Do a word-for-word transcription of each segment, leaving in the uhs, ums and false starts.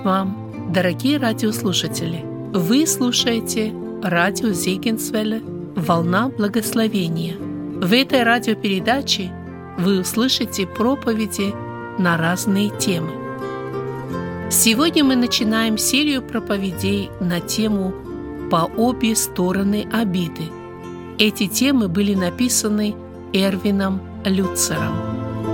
вам, дорогие радиослушатели! Вы слушаете радио Зегенсвелле «Волна благословения». В этой радиопередаче вы услышите проповеди на разные темы. Сегодня мы начинаем серию проповедей на тему «По обе стороны обиды». Эти темы были написаны Эрвином Люцером.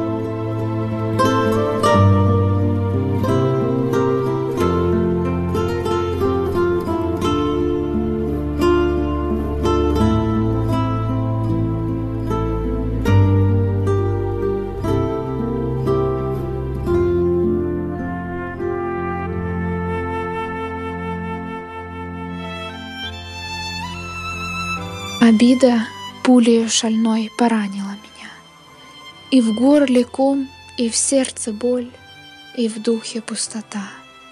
Обида пулею шальной поранила меня. И в горле ком, и в сердце боль, и в духе пустота.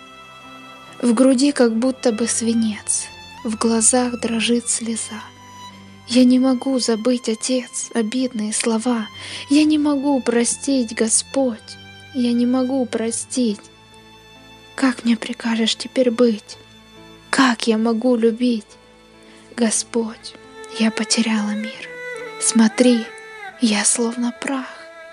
В груди как будто бы свинец, в глазах дрожит слеза. Я не могу забыть, Отец, обидные слова. Я не могу простить, Господь, я не могу простить. Как мне прикажешь теперь быть? Как я могу любить? Господь, я потеряла мир. Смотри, я словно прах.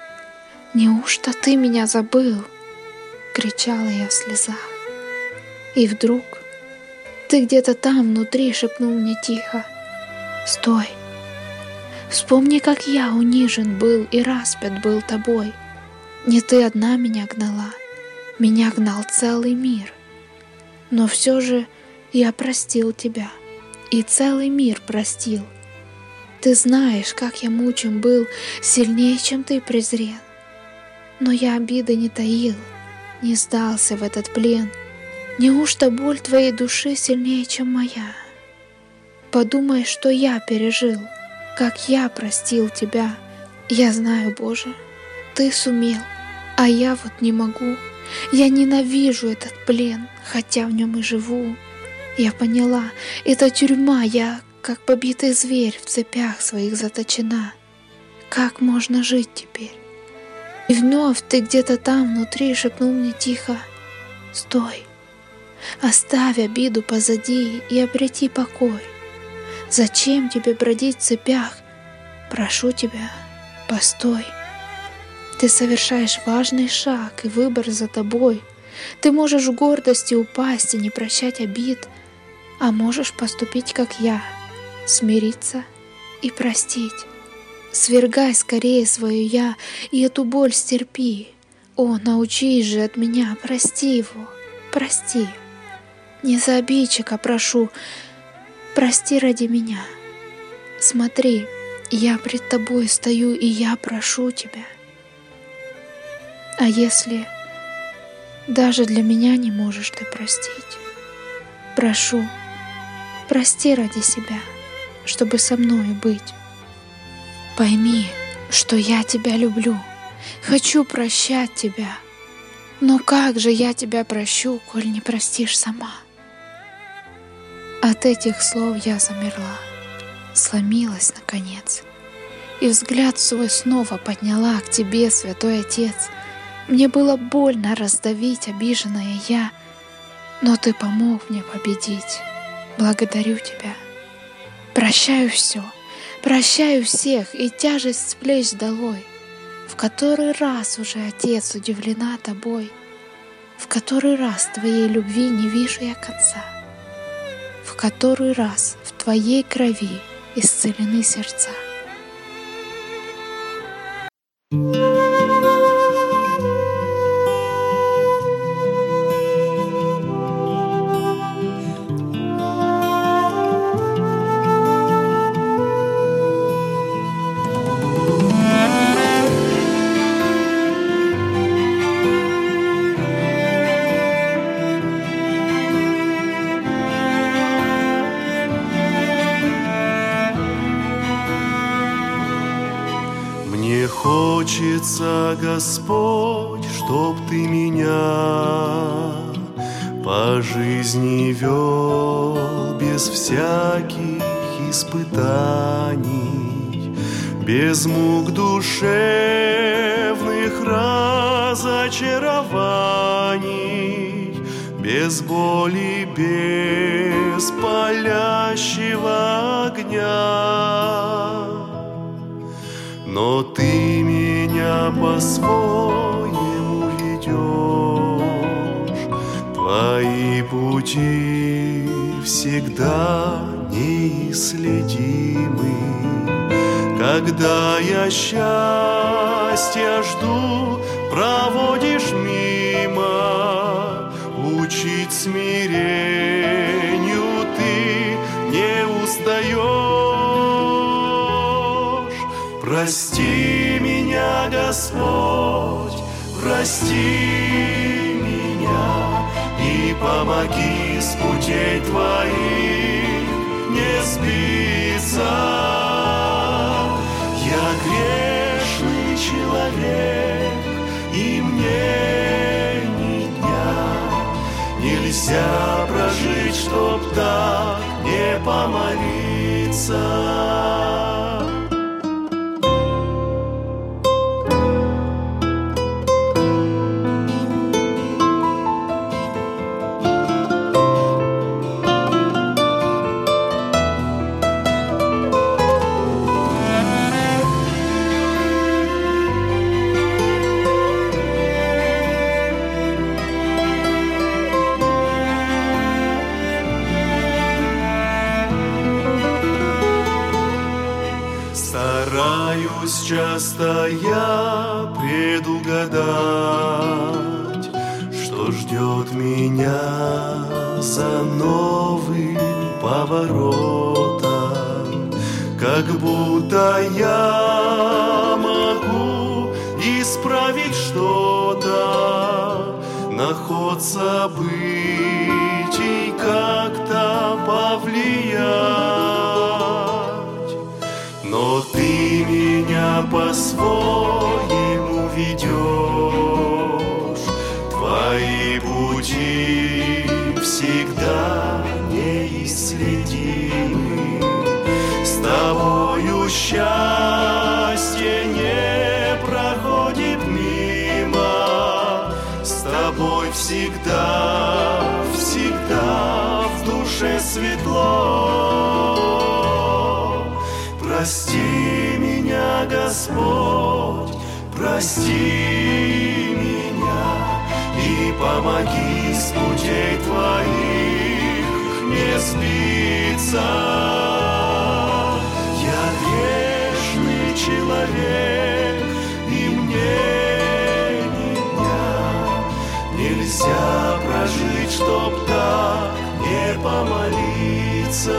Неужто ты меня забыл? Кричала я в слезах. И вдруг ты где-то там внутри шепнул мне тихо: стой! Вспомни, как я унижен был и распят был тобой. Не ты одна меня гнала, меня гнал целый мир. Но все же я простил тебя, и целый мир простил. Ты знаешь, как я мучим был, сильнее, чем ты презрен. Но я обиды не таил, не сдался в этот плен. Неужто боль твоей души сильнее, чем моя? Подумай, что я пережил, как я простил тебя. Я знаю, Боже, ты сумел, а я вот не могу. Я ненавижу этот плен, хотя в нем и живу. Я поняла, это тюрьма, я как побитый зверь в цепях своих заточена. Как можно жить теперь? И вновь ты где-то там внутри шепнул мне тихо: стой! Оставь обиду позади и обрети покой. Зачем тебе бродить в цепях? Прошу тебя, постой. Ты совершаешь важный шаг, и выбор за тобой. Ты можешь в гордости упасть и не прощать обид, а можешь поступить, как я, смириться и простить. Свергай скорее свое «я» и эту боль стерпи. О, научись же от меня, прости его, прости. Не за обидчика прошу, прости ради меня. Смотри, я пред тобой стою, и я прошу тебя. А если даже для меня не можешь ты простить, прошу, прости ради себя, чтобы со мною быть. Пойми, что я тебя люблю, хочу прощать тебя, но как же я тебя прощу, коль не простишь сама? От этих слов я замерла, сломилась наконец, и взгляд свой снова подняла к тебе, Святой Отец. Мне было больно раздавить обиженное я, но ты помог мне победить. Благодарю тебя. Прощаю все, прощаю всех, и тяжесть с плеч долой. В который раз уже, Отец, удивлена тобой, в который раз твоей любви не вижу я конца, в который раз в твоей крови исцелены сердца. Хочется, Господь, чтоб Ты меня по жизни вел без всяких испытаний, без мук душевных разочарований, без боли, без палящего огня. Но ты меня по-своему ведешь, твои пути всегда неисследимы. Когда я счастья жду, проводишь мимо, учить смирению ты не устаешь. Прости меня, Господь, прости меня и помоги с путей твоих не сбиться. Я грешный человек, и мне ни дня нельзя прожить, чтоб так не помолиться. Стараюсь часто я предугадать, что ждет меня за новым поворотом, как будто я могу исправить что-то, на ход событий как-то повлиять. Но ты меня по-своему ведешь, твои пути всегда неисследимы. С тобою счастье не проходит мимо, с тобой всегда, всегда в душе светло. Прости меня, Господь, прости меня и помоги с путей твоих не сбиться. Я грешный человек, и мне ни дня нельзя прожить, чтоб так не помолиться.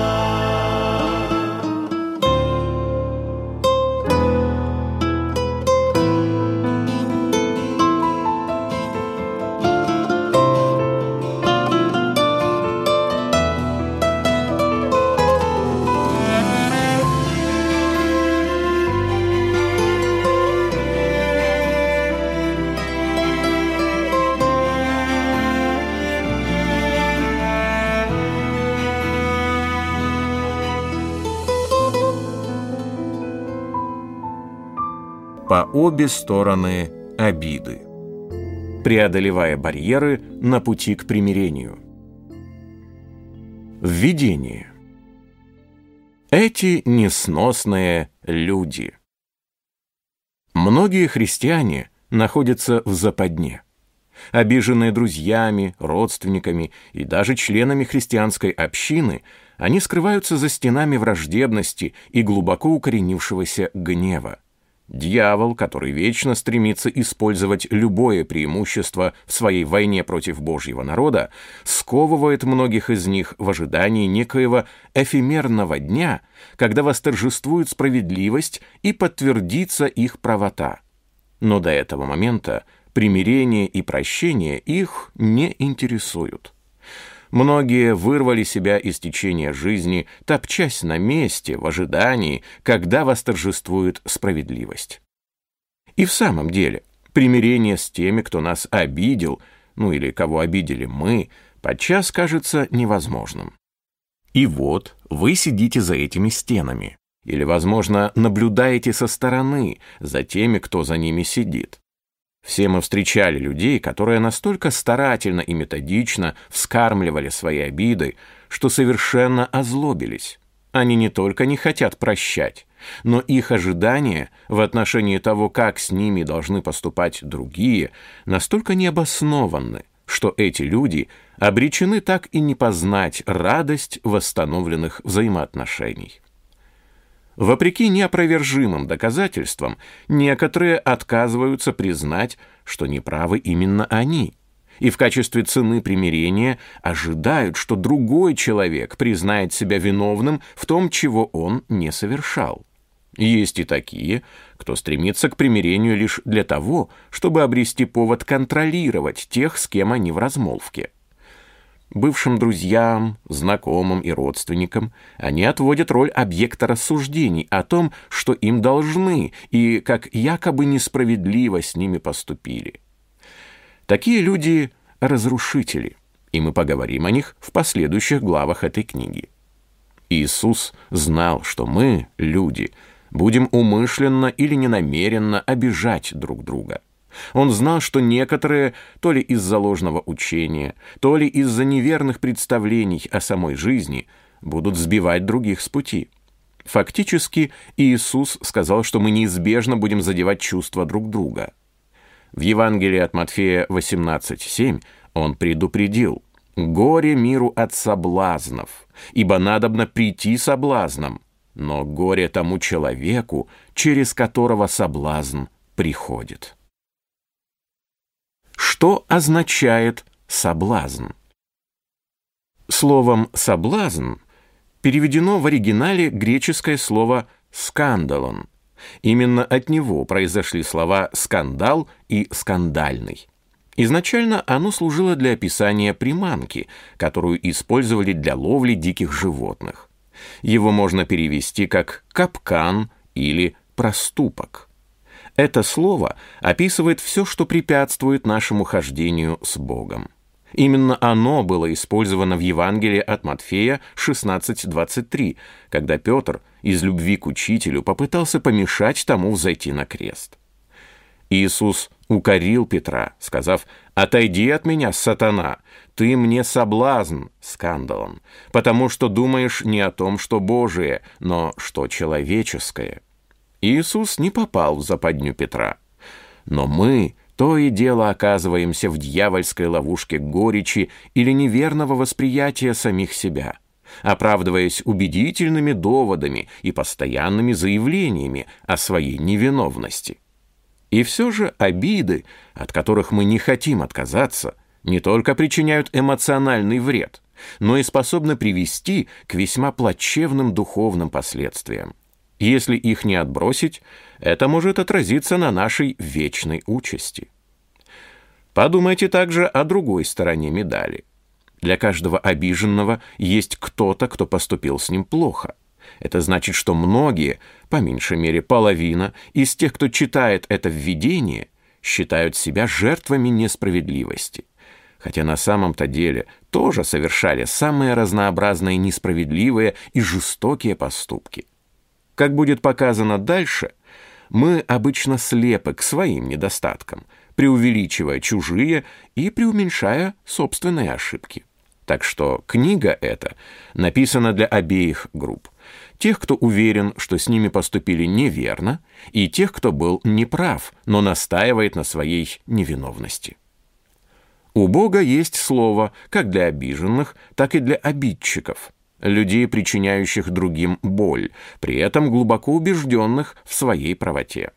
По обе стороны обиды, преодолевая барьеры на пути к примирению. Введение. Эти несносные люди. Многие христиане находятся в западне. Обиженные друзьями, родственниками и даже членами христианской общины, они скрываются за стенами враждебности и глубоко укоренившегося гнева. Дьявол, который вечно стремится использовать любое преимущество в своей войне против Божьего народа, сковывает многих из них в ожидании некоего эфемерного дня, когда восторжествует справедливость и подтвердится их правота. Но до этого момента примирение и прощение их не интересуют. Многие вырвали себя из течения жизни, топчась на месте в ожидании, когда восторжествует справедливость. И в самом деле, примирение с теми, кто нас обидел, ну или кого обидели мы, подчас кажется невозможным. И вот вы сидите за этими стенами, или, возможно, наблюдаете со стороны за теми, кто за ними сидит. Все мы встречали людей, которые настолько старательно и методично вскармливали свои обиды, что совершенно озлобились. Они не только не хотят прощать, но их ожидания в отношении того, как с ними должны поступать другие, настолько необоснованны, что эти люди обречены так и не познать радость восстановленных взаимоотношений. Вопреки неопровержимым доказательствам, некоторые отказываются признать, что неправы именно они, и в качестве цены примирения ожидают, что другой человек признает себя виновным в том, чего он не совершал. Есть и такие, кто стремится к примирению лишь для того, чтобы обрести повод контролировать тех, с кем они в размолвке. Бывшим друзьям, знакомым и родственникам они отводят роль объекта рассуждений о том, что им должны и как якобы несправедливо с ними поступили. Такие люди – разрушители, и мы поговорим о них в последующих главах этой книги. Иисус знал, что мы, люди, будем умышленно или ненамеренно обижать друг друга. Он знал, что некоторые, то ли из-за ложного учения, то ли из-за неверных представлений о самой жизни, будут сбивать других с пути. Фактически, Иисус сказал, что мы неизбежно будем задевать чувства друг друга. В Евангелии от Матфея восемнадцать семь он предупредил: «Горе миру от соблазнов, ибо надобно прийти соблазном, но горе тому человеку, через которого соблазн приходит». Что означает соблазн? Словом «соблазн» переведено в оригинале греческое слово «скандалон». Именно от него произошли слова «скандал» и «скандальный». Изначально оно служило для описания приманки, которую использовали для ловли диких животных. Его можно перевести как «капкан» или «проступок». Это слово описывает все, что препятствует нашему хождению с Богом. Именно оно было использовано в Евангелии от Матфея шестнадцать двадцать три, когда Петр из любви к учителю попытался помешать тому взойти на крест. Иисус укорил Петра, сказав: «Отойди от меня, сатана, ты мне соблазн, скандалом, потому что думаешь не о том, что Божие, но что человеческое». Иисус не попал в западню Петра. Но мы то и дело оказываемся в дьявольской ловушке горечи или неверного восприятия самих себя, оправдываясь убедительными доводами и постоянными заявлениями о своей невиновности. И все же обиды, от которых мы не хотим отказаться, не только причиняют эмоциональный вред, но и способны привести к весьма плачевным духовным последствиям. Если их не отбросить, это может отразиться на нашей вечной участи. Подумайте также о другой стороне медали. Для каждого обиженного есть кто-то, кто поступил с ним плохо. Это значит, что многие, по меньшей мере половина, из тех, кто читает это введение, считают себя жертвами несправедливости, хотя на самом-то деле тоже совершали самые разнообразные несправедливые и жестокие поступки. Как будет показано дальше, мы обычно слепы к своим недостаткам, преувеличивая чужие и преуменьшая собственные ошибки. Так что книга эта написана для обеих групп. Тех, кто уверен, что с ними поступили неверно, и тех, кто был неправ, но настаивает на своей невиновности. У Бога есть слово как для обиженных, так и для обидчиков, людей, причиняющих другим боль, при этом глубоко убежденных в своей правоте.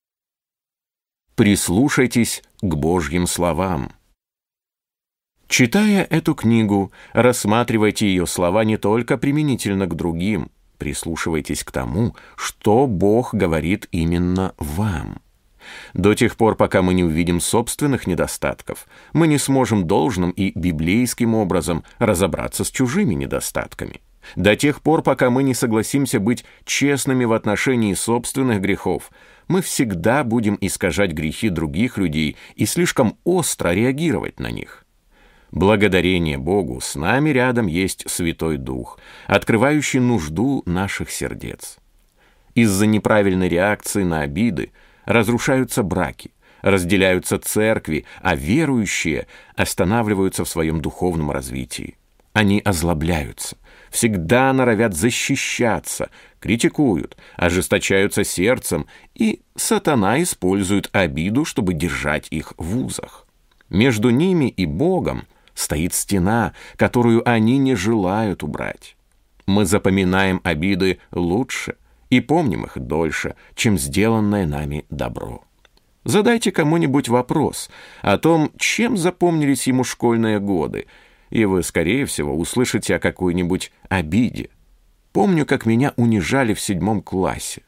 Прислушайтесь к Божьим словам. Читая эту книгу, рассматривайте ее слова не только применительно к другим, прислушивайтесь к тому, что Бог говорит именно вам. До тех пор, пока мы не увидим собственных недостатков, мы не сможем должным и библейским образом разобраться с чужими недостатками. До тех пор, пока мы не согласимся быть честными в отношении собственных грехов, мы всегда будем искажать грехи других людей и слишком остро реагировать на них. Благодарение Богу, с нами рядом есть Святой Дух, открывающий нужду наших сердец. Из-за неправильной реакции на обиды разрушаются браки, разделяются церкви, а верующие останавливаются в своем духовном развитии. Они озлобляются, всегда норовят защищаться, критикуют, ожесточаются сердцем, и сатана использует обиду, чтобы держать их в узах. Между ними и Богом стоит стена, которую они не желают убрать. Мы запоминаем обиды лучше и помним их дольше, чем сделанное нами добро. Задайте кому-нибудь вопрос о том, чем запомнились ему школьные годы, и вы, скорее всего, услышите о какой-нибудь обиде. Помню, как меня унижали в седьмом классе.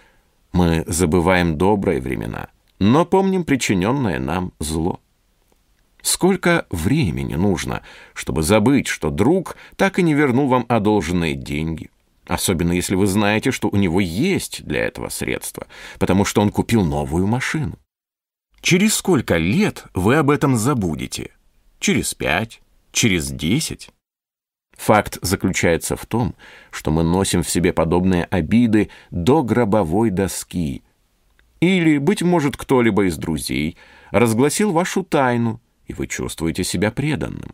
Мы забываем добрые времена, но помним причиненное нам зло. Сколько времени нужно, чтобы забыть, что друг так и не вернул вам одолженные деньги? Особенно если вы знаете, что у него есть для этого средства, потому что он купил новую машину. Через сколько лет вы об этом забудете? Через пять? Через десять? Факт заключается в том, что мы носим в себе подобные обиды до гробовой доски. Или, быть может, кто-либо из друзей разгласил вашу тайну, и вы чувствуете себя преданным.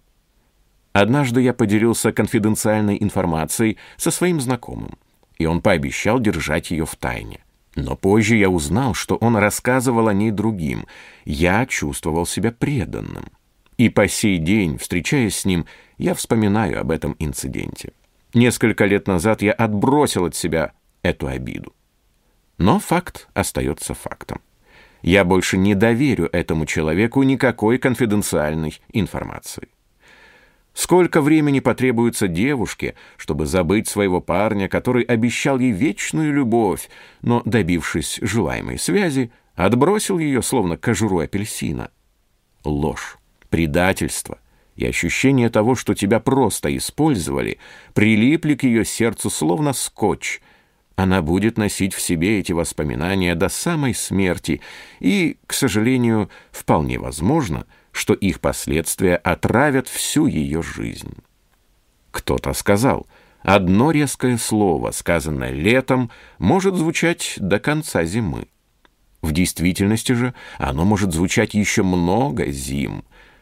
Однажды я поделился конфиденциальной информацией со своим знакомым, и он пообещал держать ее в тайне. Но позже я узнал, что он рассказывал о ней другим. Я чувствовал себя преданным. И по сей день, встречаясь с ним, я вспоминаю об этом инциденте. Несколько лет назад я отбросил от себя эту обиду. Но факт остается фактом. Я больше не доверю этому человеку никакой конфиденциальной информации. Сколько времени потребуется девушке, чтобы забыть своего парня, который обещал ей вечную любовь, но, добившись желаемой связи, отбросил ее, словно кожуру апельсина? Ложь, предательство и ощущение того, что тебя просто использовали, прилипли к ее сердцу, словно скотч. Она будет носить в себе эти воспоминания до самой смерти, и, к сожалению, вполне возможно, что их последствия отравят всю ее жизнь. Кто-то сказал, одно резкое слово, сказанное летом, может звучать до конца зимы. В действительности же оно может звучать еще много зим.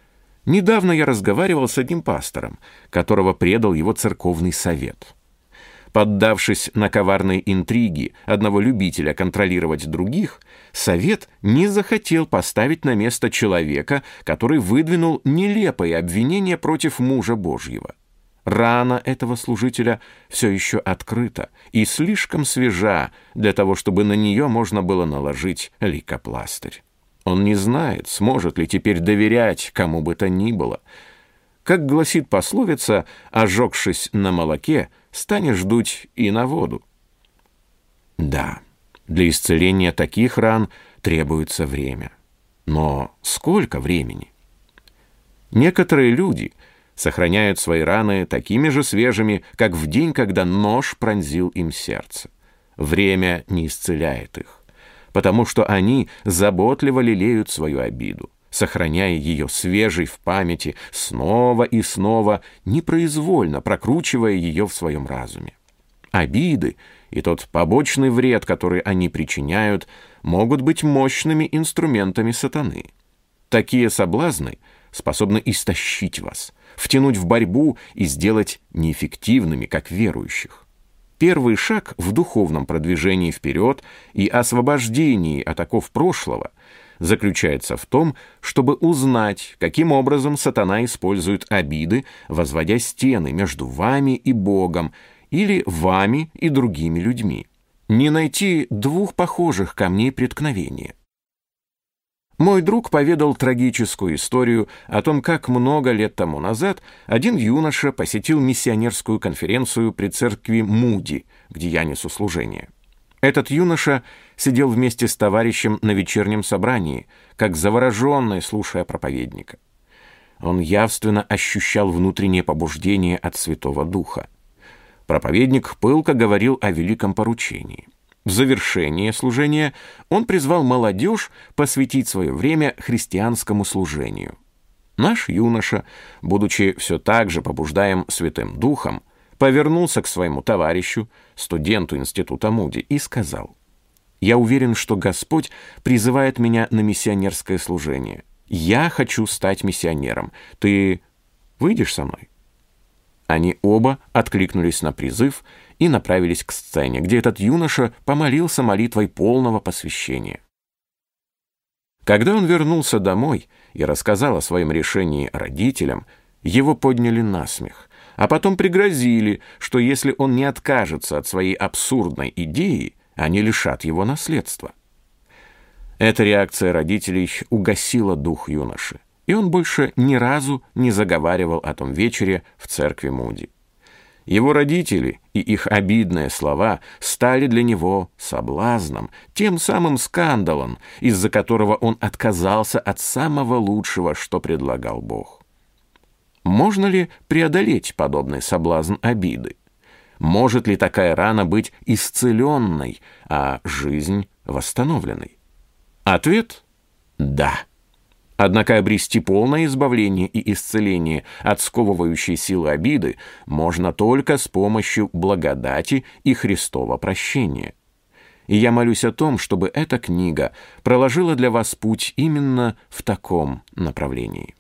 Недавно я разговаривал с одним пастором, которого предал его церковный совет. Поддавшись на коварные интриги одного любителя контролировать других, совет не захотел поставить на место человека, который выдвинул нелепые обвинения против мужа Божьего. Рана этого служителя все еще открыта и слишком свежа для того, чтобы на нее можно было наложить лейкопластырь. Он не знает, сможет ли теперь доверять кому бы то ни было. Как гласит пословица, ожегшись на молоке, станешь дуть и на воду. Да, для исцеления таких ран требуется время. Но сколько времени? Некоторые люди сохраняют свои раны такими же свежими, как в день, когда нож пронзил им сердце. Время не исцеляет их, потому что они заботливо лелеют свою обиду, сохраняя ее свежей в памяти, снова и снова, непроизвольно прокручивая ее в своем разуме. Обиды и тот побочный вред, который они причиняют, могут быть мощными инструментами сатаны. Такие соблазны способны истощить вас, втянуть в борьбу и сделать неэффективными, как верующих. Первый шаг в духовном продвижении вперед и освобождении от оков прошлого заключается в том, чтобы узнать, каким образом сатана использует обиды, возводя стены между вами и Богом или вами и другими людьми. Не найти двух похожих камней преткновения. Мой друг поведал трагическую историю о том, как много лет тому назад один юноша посетил миссионерскую конференцию при церкви Муди, где я несу служение. Этот юноша сидел вместе с товарищем на вечернем собрании, как завороженный, слушая проповедника. Он явственно ощущал внутреннее побуждение от Святого Духа. Проповедник пылко говорил о великом поручении. В завершение служения он призвал молодежь посвятить свое время христианскому служению. Наш юноша, будучи все так же побуждаем Святым Духом, повернулся к своему товарищу, студенту института Муди, и сказал: Я уверен, что Господь призывает меня на миссионерское служение. Я хочу стать миссионером. Ты выйдешь со мной?» Они оба откликнулись на призыв и направились к сцене, где этот юноша помолился молитвой полного посвящения. Когда он вернулся домой и рассказал о своем решении родителям, его подняли на смех, а потом пригрозили, что если он не откажется от своей абсурдной идеи, они лишат его наследства. Эта реакция родителей угасила дух юноши, и он больше ни разу не заговаривал о том вечере в церкви Муди. Его родители и их обидные слова стали для него соблазном, тем самым скандалом, из-за которого он отказался от самого лучшего, что предлагал Бог. Можно ли преодолеть подобный соблазн обиды? Может ли такая рана быть исцеленной, а жизнь восстановленной? Ответ – да. Однако обрести полное избавление и исцеление от сковывающей силы обиды можно только с помощью благодати и Христова прощения. И я молюсь о том, чтобы эта книга проложила для вас путь именно в таком направлении.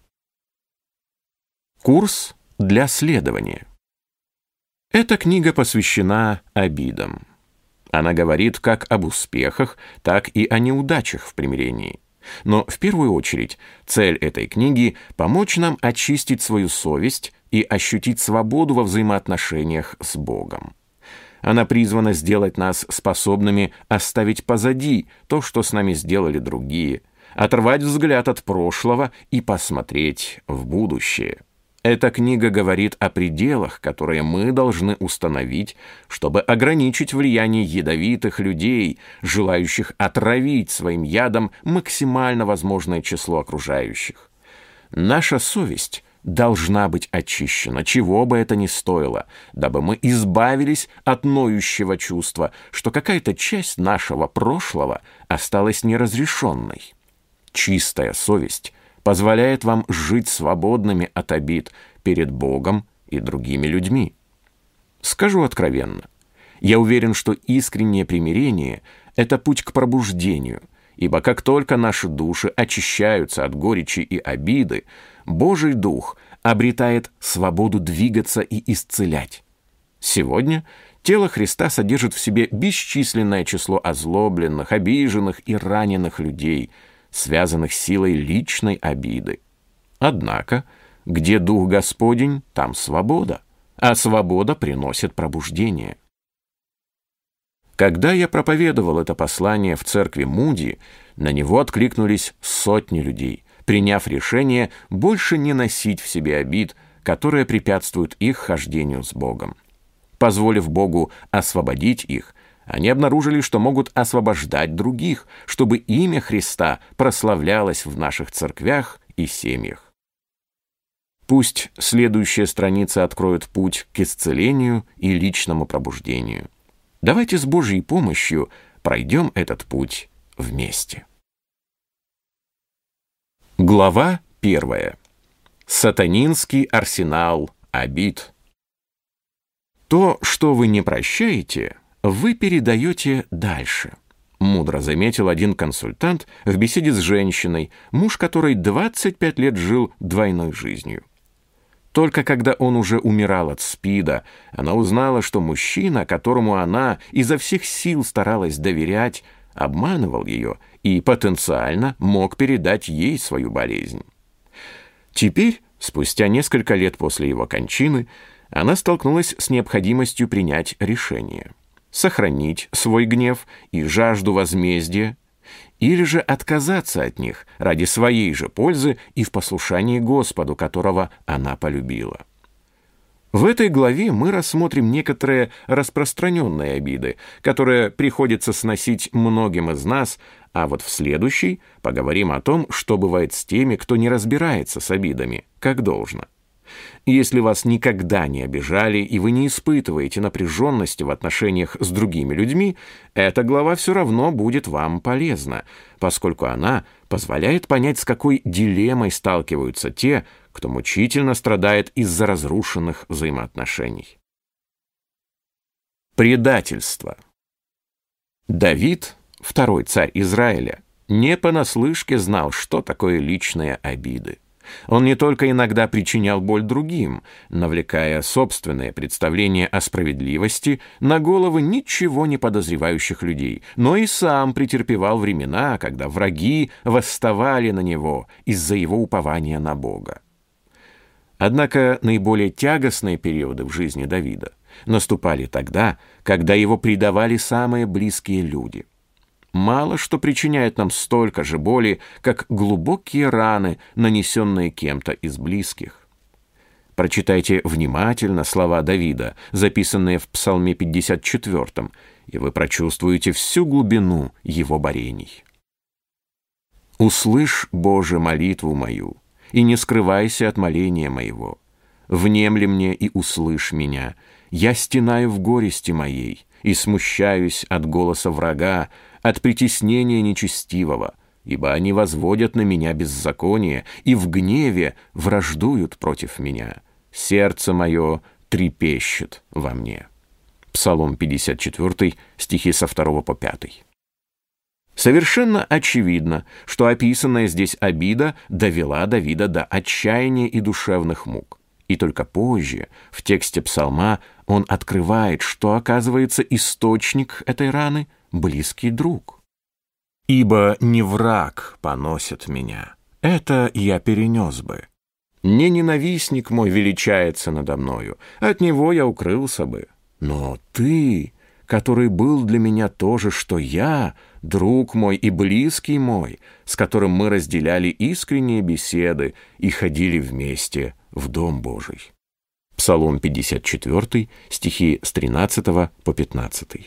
Курс для следования. Эта книга посвящена обидам. Она говорит как об успехах, так и о неудачах в примирении. Но в первую очередь цель этой книги – помочь нам очистить свою совесть и ощутить свободу во взаимоотношениях с Богом. Она призвана сделать нас способными оставить позади то, что с нами сделали другие, оторвать взгляд от прошлого и посмотреть в будущее. Эта книга говорит о пределах, которые мы должны установить, чтобы ограничить влияние ядовитых людей, желающих отравить своим ядом максимально возможное число окружающих. Наша совесть должна быть очищена, чего бы это ни стоило, дабы мы избавились от ноющего чувства, что какая-то часть нашего прошлого осталась неразрешенной. Чистая совесть позволяет вам жить свободными от обид перед Богом и другими людьми. Скажу откровенно, я уверен, что искреннее примирение – это путь к пробуждению, ибо как только наши души очищаются от горечи и обиды, Божий Дух обретает свободу двигаться и исцелять. Сегодня тело Христа содержит в себе бесчисленное число озлобленных, обиженных и раненых людей, связанных силой личной обиды. Однако, где Дух Господень, там свобода, а свобода приносит пробуждение. Когда я проповедовал это послание в церкви Муди, на него откликнулись сотни людей, приняв решение больше не носить в себе обид, которые препятствуют их хождению с Богом. Позволив Богу освободить их, они обнаружили, что могут освобождать других, чтобы имя Христа прославлялось в наших церквях и семьях. Пусть следующая страница откроет путь к исцелению и личному пробуждению. Давайте с Божьей помощью пройдем этот путь вместе. Глава первая. Сатанинский арсенал обид. То, что вы не прощаете, вы передаете дальше. Мудро заметил один консультант в беседе с женщиной, муж которой двадцать пять лет жил двойной жизнью. Только когда он уже умирал от СПИДа, она узнала, что мужчина, которому она изо всех сил старалась доверять, обманывал ее и потенциально мог передать ей свою болезнь. Теперь, спустя несколько лет после его кончины, она столкнулась с необходимостью принять решение: сохранить свой гнев и жажду возмездия, или же отказаться от них ради своей же пользы и в послушании Господу, которого она полюбила. В этой главе мы рассмотрим некоторые распространенные обиды, которые приходится сносить многим из нас, а вот в следующей поговорим о том, что бывает с теми, кто не разбирается с обидами, как должно. Если вас никогда не обижали и вы не испытываете напряженности в отношениях с другими людьми, эта глава все равно будет вам полезна, поскольку она позволяет понять, с какой дилеммой сталкиваются те, кто мучительно страдает из-за разрушенных взаимоотношений. Предательство. Давид второй царь Израиля, не понаслышке знал, что такое личные обиды. Он не только иногда причинял боль другим, навлекая собственное представление о справедливости на головы ничего не подозревающих людей, но и сам претерпевал времена, когда враги восставали на него из-за его упования на Бога. Однако наиболее тягостные периоды в жизни Давида наступали тогда, когда его предавали самые близкие люди. Мало что причиняет нам столько же боли, как глубокие раны, нанесенные кем-то из близких. Прочитайте внимательно слова Давида, записанные в Псалме пятьдесят четвёртом, и вы прочувствуете всю глубину его борений. «Услышь, Боже, молитву мою, и не скрывайся от моления моего. Внемли мне и услышь меня. Я стенаю в горести моей и смущаюсь от голоса врага, от притеснения нечестивого, ибо они возводят на меня беззаконие и в гневе враждуют против меня. Сердце мое трепещет во мне». Псалом пятьдесят четыре, стихи со второго по пятый. Совершенно очевидно, что описанная здесь обида довела Давида до отчаяния и душевных мук. И только позже, в тексте псалма, он открывает, что, оказывается, источник этой раны — близкий друг. «Ибо не враг поносит меня, это я перенес бы. Не ненавистник мой величается надо мною, от него я укрылся бы. Но ты, который был для меня то же, что я, друг мой и близкий мой, с которым мы разделяли искренние беседы и ходили вместе в Дом Божий». Псалом пятьдесят четыре, стихи с тринадцатого по пятнадцатый.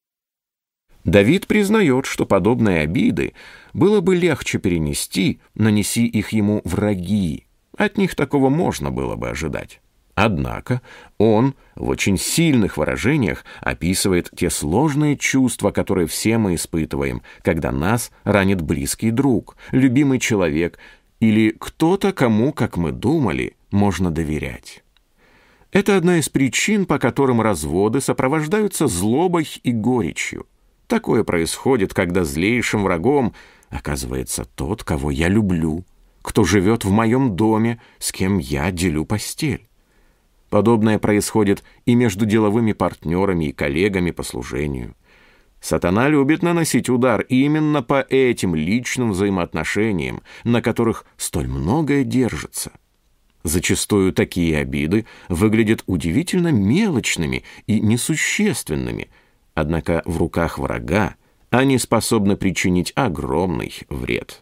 Давид признает, что подобные обиды было бы легче перенести, нанеси их ему враги. От них такого можно было бы ожидать. Однако он в очень сильных выражениях описывает те сложные чувства, которые все мы испытываем, когда нас ранит близкий друг, любимый человек или кто-то, кому, как мы думали, можно доверять. Это одна из причин, по которым разводы сопровождаются злобой и горечью. Такое происходит, когда злейшим врагом оказывается тот, кого я люблю, кто живет в моем доме, с кем я делю постель. Подобное происходит и между деловыми партнерами и коллегами по служению. Сатана любит наносить удар именно по этим личным взаимоотношениям, на которых столь многое держится. Зачастую такие обиды выглядят удивительно мелочными и несущественными, однако в руках врага они способны причинить огромный вред.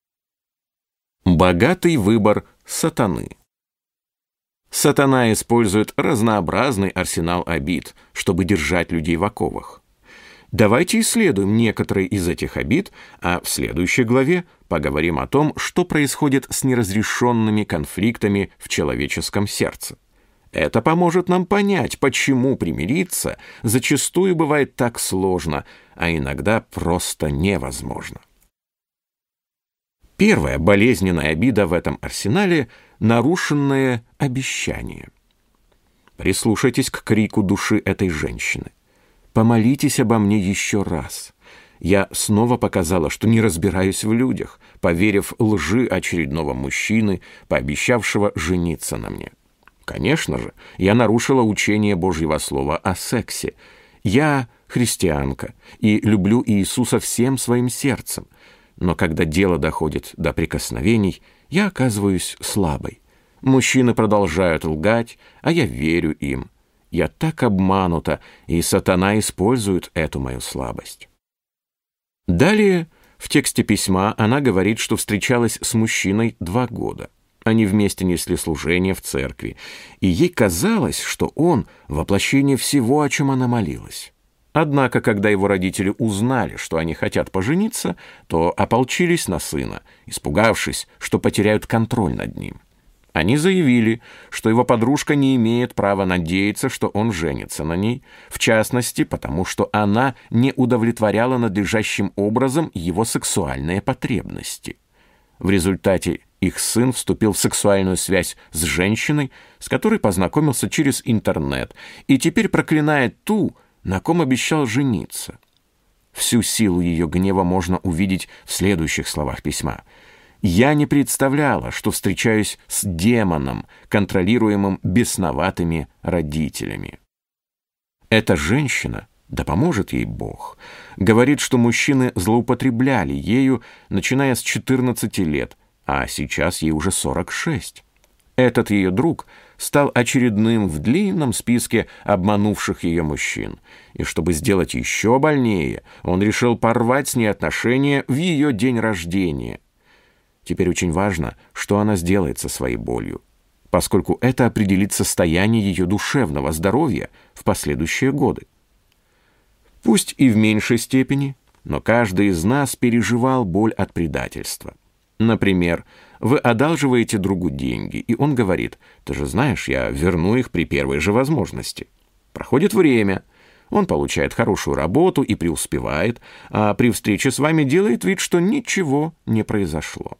Богатый выбор сатаны. Сатана использует разнообразный арсенал обид, чтобы держать людей в оковах. Давайте исследуем некоторые из этих обид, а в следующей главе поговорим о том, что происходит с неразрешенными конфликтами в человеческом сердце. Это поможет нам понять, почему примириться зачастую бывает так сложно, а иногда просто невозможно. Первая болезненная обида в этом арсенале — нарушенное обещание. Прислушайтесь к крику души этой женщины. «Помолитесь обо мне еще раз. Я снова показала, что не разбираюсь в людях, поверив лжи очередного мужчины, пообещавшего жениться на мне. Конечно же, я нарушила учение Божьего Слова о сексе. Я христианка и люблю Иисуса всем своим сердцем. Но когда дело доходит до прикосновений, я оказываюсь слабой. Мужчины продолжают лгать, а я верю им. Я так обманута, и сатана использует эту мою слабость». Далее в тексте письма она говорит, что встречалась с мужчиной два года. Они вместе несли служение в церкви, и ей казалось, что он — воплощение всего, о чем она молилась. Однако, когда его родители узнали, что они хотят пожениться, то ополчились на сына, испугавшись, что потеряют контроль над ним. Они заявили, что его подружка не имеет права надеяться, что он женится на ней, в частности, потому что она не удовлетворяла надлежащим образом его сексуальные потребности. В результате их сын вступил в сексуальную связь с женщиной, с которой познакомился через интернет, и теперь проклинает ту, на ком обещал жениться. Всю силу ее гнева можно увидеть в следующих словах письма. «Я не представляла, что встречаюсь с демоном, контролируемым бесноватыми родителями». Эта женщина, да поможет ей Бог, говорит, что мужчины злоупотребляли ею, начиная с четырнадцати лет, а сейчас ей уже сорок шесть. Этот ее друг стал очередным в длинном списке обманувших ее мужчин, и чтобы сделать еще больнее, он решил порвать с ней отношения в ее день рождения. Теперь очень важно, что она сделает со своей болью, поскольку это определит состояние ее душевного здоровья в последующие годы. Пусть и в меньшей степени, но каждый из нас переживал боль от предательства. Например, вы одалживаете другу деньги, и он говорит: «Ты же знаешь, я верну их при первой же возможности». Проходит время, он получает хорошую работу и преуспевает, а при встрече с вами делает вид, что ничего не произошло.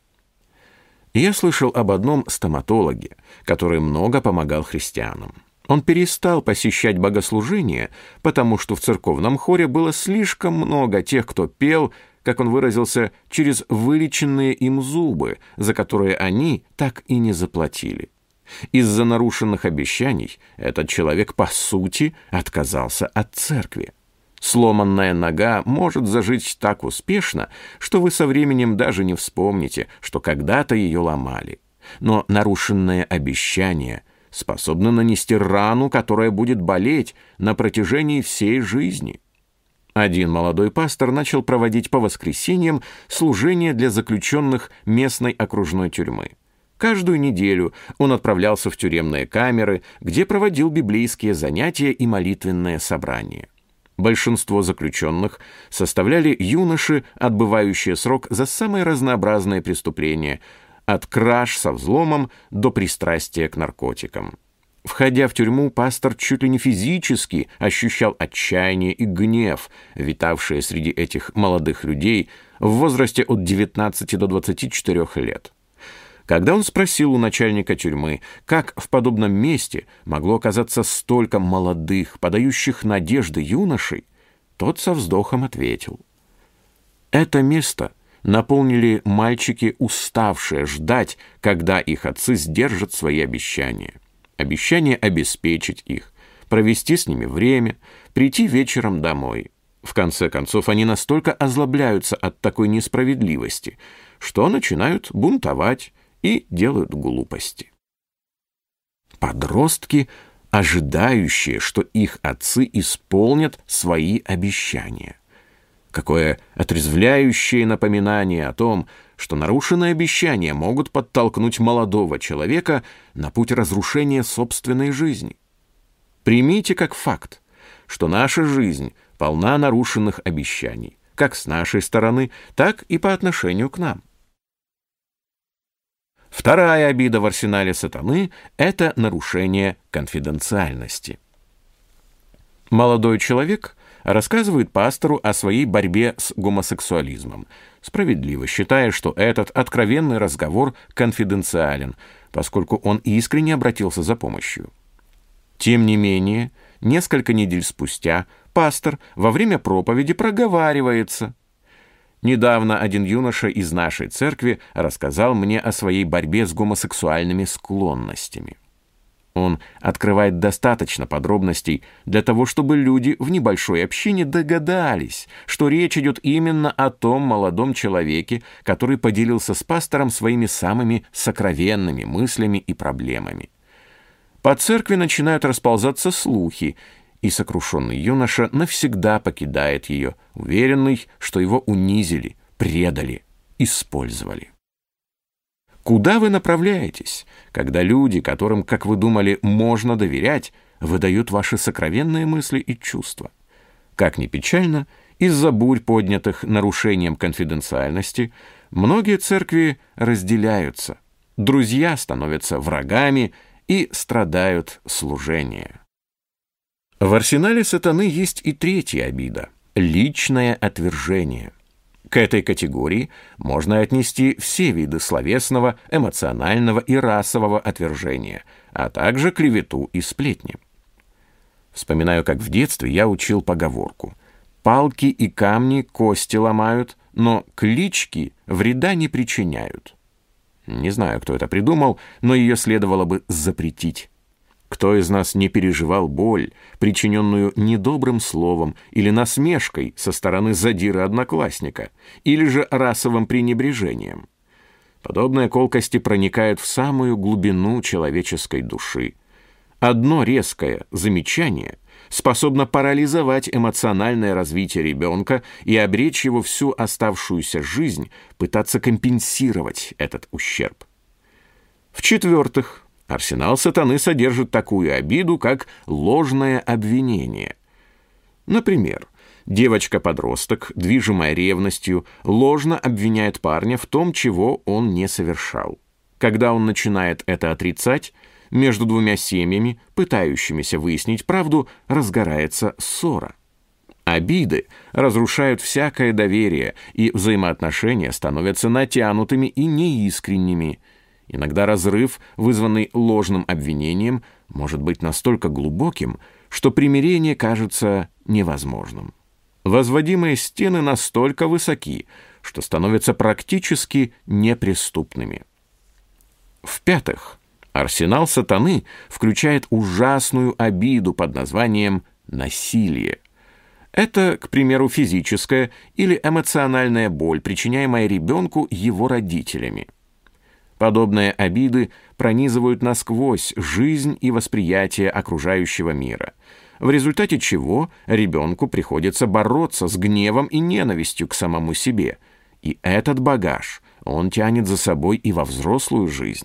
Я слышал об одном стоматологе, который много помогал христианам. Он перестал посещать богослужения, потому что в церковном хоре было слишком много тех, кто пел, как он выразился, через вылеченные им зубы, за которые они так и не заплатили. Из-за нарушенных обещаний этот человек, по сути, отказался от церкви. Сломанная нога может зажить так успешно, что вы со временем даже не вспомните, что когда-то ее ломали. Но нарушенное обещание способно нанести рану, которая будет болеть на протяжении всей жизни. Один молодой пастор начал проводить по воскресеньям служения для заключенных местной окружной тюрьмы. Каждую неделю он отправлялся в тюремные камеры, где проводил библейские занятия и молитвенные собрания. Большинство заключенных составляли юноши, отбывающие срок за самые разнообразные преступления, от краж со взломом до пристрастия к наркотикам. Входя в тюрьму, пастор чуть ли не физически ощущал отчаяние и гнев, витавшие среди этих молодых людей в возрасте от девятнадцати до двадцати четырёх лет. Когда он спросил у начальника тюрьмы, как в подобном месте могло оказаться столько молодых, подающих надежды юношей, тот со вздохом ответил: «Это место наполнили мальчики, уставшие ждать, когда их отцы сдержат свои обещания. Обещание обеспечить их, провести с ними время, прийти вечером домой. В конце концов, они настолько озлобляются от такой несправедливости, что начинают бунтовать и делают глупости». Подростки, ожидающие, что их отцы исполнят свои обещания. Какое отрезвляющее напоминание о том, что нарушенные обещания могут подтолкнуть молодого человека на путь разрушения собственной жизни. Примите как факт, что наша жизнь полна нарушенных обещаний, как с нашей стороны, так и по отношению к нам. Вторая обида в арсенале сатаны – это нарушение конфиденциальности. Молодой человек рассказывает пастору о своей борьбе с гомосексуализмом, справедливо считая, что этот откровенный разговор конфиденциален, поскольку он искренне обратился за помощью. Тем не менее, несколько недель спустя пастор во время проповеди проговаривается: «Недавно один юноша из нашей церкви рассказал мне о своей борьбе с гомосексуальными склонностями». Он открывает достаточно подробностей для того, чтобы люди в небольшой общине догадались, что речь идет именно о том молодом человеке, который поделился с пастором своими самыми сокровенными мыслями и проблемами. По церкви начинают расползаться слухи, и сокрушенный юноша навсегда покидает ее, уверенный, что его унизили, предали, использовали. Куда вы направляетесь, когда люди, которым, как вы думали, можно доверять, выдают ваши сокровенные мысли и чувства? Как ни печально, из-за бурь, поднятых нарушением конфиденциальности, многие церкви разделяются, друзья становятся врагами и страдают служение. В арсенале сатаны есть и третья обида – личное отвержение. К этой категории можно отнести все виды словесного, эмоционального и расового отвержения, а также клевету и сплетни. Вспоминаю, как в детстве я учил поговорку: Палки и камни кости ломают, но клички вреда не причиняют. Не знаю, кто это придумал, но ее следовало бы запретить. Кто из нас не переживал боль, причиненную недобрым словом или насмешкой со стороны задира-одноклассника, или же расовым пренебрежением? Подобные колкости проникают в самую глубину человеческой души. Одно резкое замечание способно парализовать эмоциональное развитие ребенка и обречь его всю оставшуюся жизнь пытаться компенсировать этот ущерб. В-четвертых, арсенал сатаны содержит такую обиду, как ложное обвинение. Например, девочка-подросток, движимая ревностью, ложно обвиняет парня в том, чего он не совершал. Когда он начинает это отрицать, между двумя семьями, пытающимися выяснить правду, разгорается ссора. Обиды разрушают всякое доверие, и взаимоотношения становятся натянутыми и неискренними. Иногда разрыв, вызванный ложным обвинением, может быть настолько глубоким, что примирение кажется невозможным. Возводимые стены настолько высоки, что становятся практически неприступными. В-пятых, арсенал сатаны включает ужасную обиду под названием насилие. Это, к примеру, физическая или эмоциональная боль, причиняемая ребенку его родителями. Подобные обиды пронизывают насквозь жизнь и восприятие окружающего мира, в результате чего ребенку приходится бороться с гневом и ненавистью к самому себе, и этот багаж он тянет за собой и во взрослую жизнь.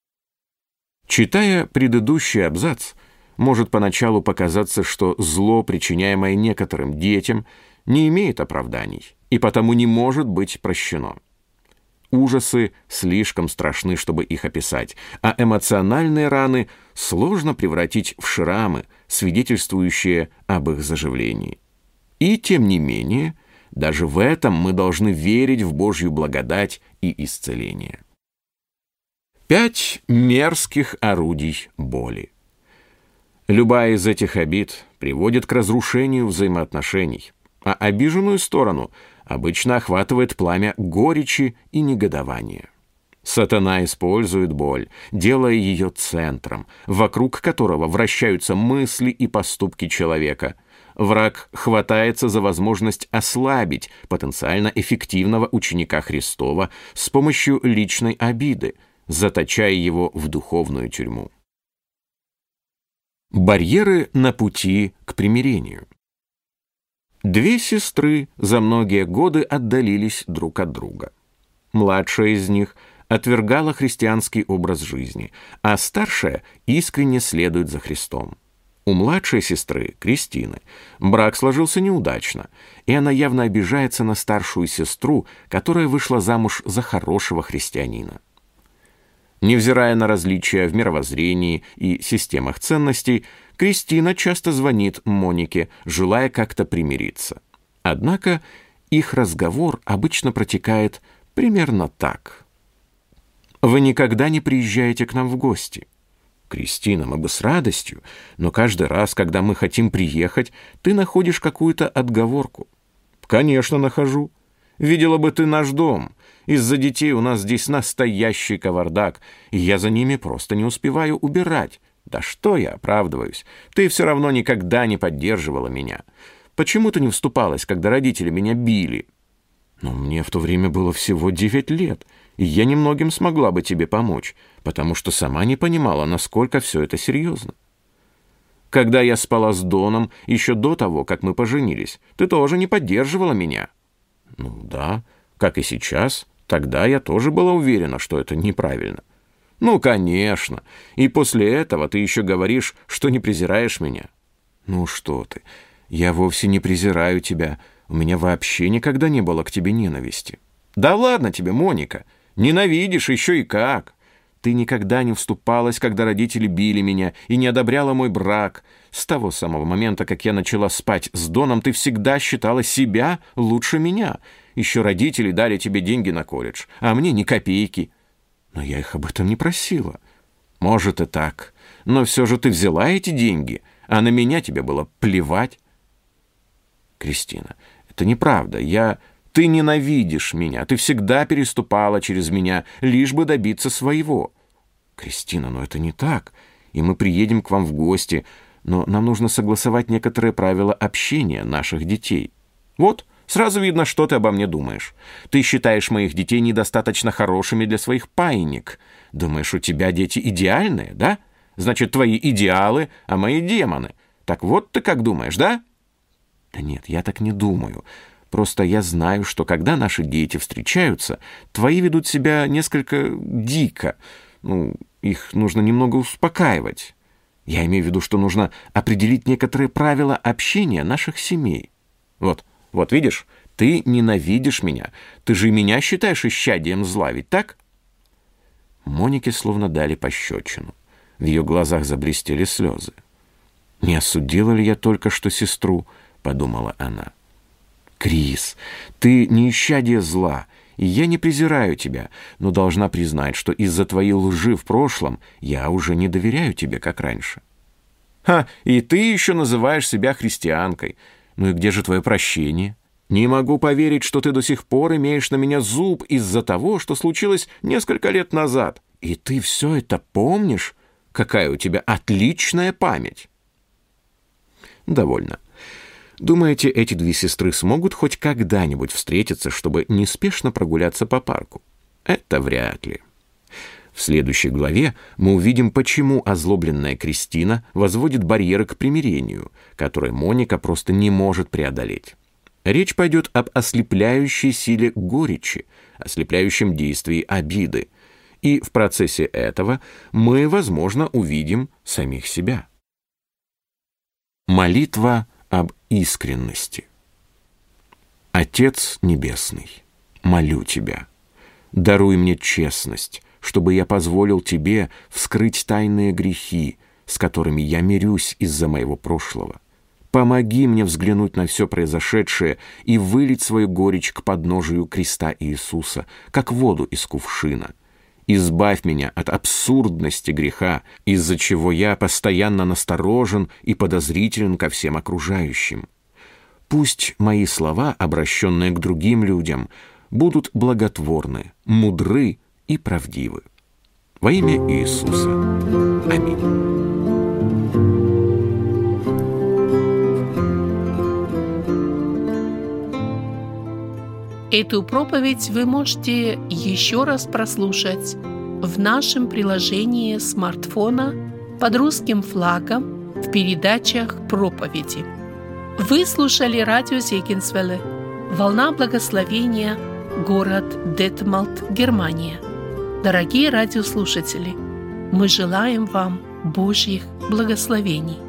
Читая предыдущий абзац, может поначалу показаться, что зло, причиняемое некоторым детям, не имеет оправданий и потому не может быть прощено. Ужасы слишком страшны, чтобы их описать, а эмоциональные раны сложно превратить в шрамы, свидетельствующие об их заживлении. И тем не менее, даже в этом мы должны верить в Божью благодать и исцеление. Пять мерзких орудий боли. Любая из этих обид приводит к разрушению взаимоотношений, а обиженную сторону обычно охватывает пламя горечи и негодования. Сатана использует боль, делая ее центром, вокруг которого вращаются мысли и поступки человека. Враг хватается за возможность ослабить потенциально эффективного ученика Христова с помощью личной обиды, заточая его в духовную тюрьму. Барьеры на пути к примирению. Две сестры за многие годы отдалились друг от друга. Младшая из них отвергала христианский образ жизни, а старшая искренне следует за Христом. У младшей сестры, Кристины, брак сложился неудачно, и она явно обижается на старшую сестру, которая вышла замуж за хорошего христианина. Невзирая на различия в мировоззрении и системах ценностей, Кристина часто звонит Монике, желая как-то примириться. Однако их разговор обычно протекает примерно так. «Вы никогда не приезжаете к нам в гости?» «Кристина, мы бы с радостью, но каждый раз, когда мы хотим приехать, ты находишь какую-то отговорку». «Конечно, нахожу. Видела бы ты наш дом. Из-за детей у нас здесь настоящий кавардак, и я за ними просто не успеваю убирать. Да что я оправдываюсь? Ты все равно никогда не поддерживала меня. Почему ты не вступалась, когда родители меня били?» «Но мне в то время было всего девять лет, и я немногим смогла бы тебе помочь, потому что сама не понимала, насколько все это серьезно. Когда я спала с Доном еще до того, как мы поженились, ты тоже не поддерживала меня». «Ну да, как и сейчас. Тогда я тоже была уверена, что это неправильно». «Ну, конечно. И после этого ты еще говоришь, что не презираешь меня». «Ну что ты, я вовсе не презираю тебя. У меня вообще никогда не было к тебе ненависти». «Да ладно тебе, Моника. Ненавидишь еще и как. Ты никогда не вступалась, когда родители били меня, и не одобряла мой брак. С того самого момента, как я начала спать с Доном, ты всегда считала себя лучше меня. Еще родители дали тебе деньги на колледж, а мне ни копейки. Но я их об этом не просила». «Может и так, но все же ты взяла эти деньги, а на меня тебе было плевать». Кристина, это неправда. Я... Ты ненавидишь меня. Ты всегда переступала через меня, лишь бы добиться своего. Кристина, но это не так. И мы приедем к вам в гости, но нам нужно согласовать некоторые правила общения наших детей. Вот, сразу видно, что ты обо мне думаешь. Ты считаешь моих детей недостаточно хорошими для своих паинек. Думаешь, у тебя дети идеальные, да? Значит, твои идеалы, а мои демоны. Так вот ты как думаешь, да? Да нет, я так не думаю. Просто я знаю, что когда наши дети встречаются, твои ведут себя несколько дико. Ну, их нужно немного успокаивать. Я имею в виду, что нужно определить некоторые правила общения наших семей. Вот, вот видишь, ты ненавидишь меня. Ты же меня считаешь исчадием зла, ведь так? Монике словно дали пощечину. В ее глазах заблестели слезы. «Не осудила ли я только что сестру?» — подумала она. «Крис, ты не исчадие зла, и я не презираю тебя, но должна признать, что из-за твоей лжи в прошлом я уже не доверяю тебе, как раньше». «Ха, и ты еще называешь себя христианкой. Ну и где же твое прощение? Не могу поверить, что ты до сих пор имеешь на меня зуб из-за того, что случилось несколько лет назад. И ты все это помнишь? Какая у тебя отличная память!» «Довольно. Думаете, эти две сестры смогут хоть когда-нибудь встретиться, чтобы неспешно прогуляться по парку? Это вряд ли. В следующей главе мы увидим, почему озлобленная Кристина возводит барьеры к примирению, которые Моника просто не может преодолеть. Речь пойдет об ослепляющей силе горечи, ослепляющем действии обиды. И в процессе этого мы, возможно, увидим самих себя. Молитва об искренности. Отец Небесный, молю Тебя, даруй мне честность, чтобы я позволил Тебе вскрыть тайные грехи, с которыми я мирюсь из-за моего прошлого. Помоги мне взглянуть на все произошедшее и вылить свою горечь к подножию креста Иисуса, как воду из кувшина. Избавь меня от абсурдности греха, из-за чего я постоянно насторожен и подозрителен ко всем окружающим. Пусть мои слова, обращенные к другим людям, будут благотворны, мудры и правдивы. Во имя Иисуса. Аминь. Эту проповедь вы можете еще раз прослушать в нашем приложении смартфона под русским флагом в передачах проповеди. Вы слушали радио Зегенсвелле, «Волна благословения», город Детмалт, Германия. Дорогие радиослушатели, мы желаем вам Божьих благословений.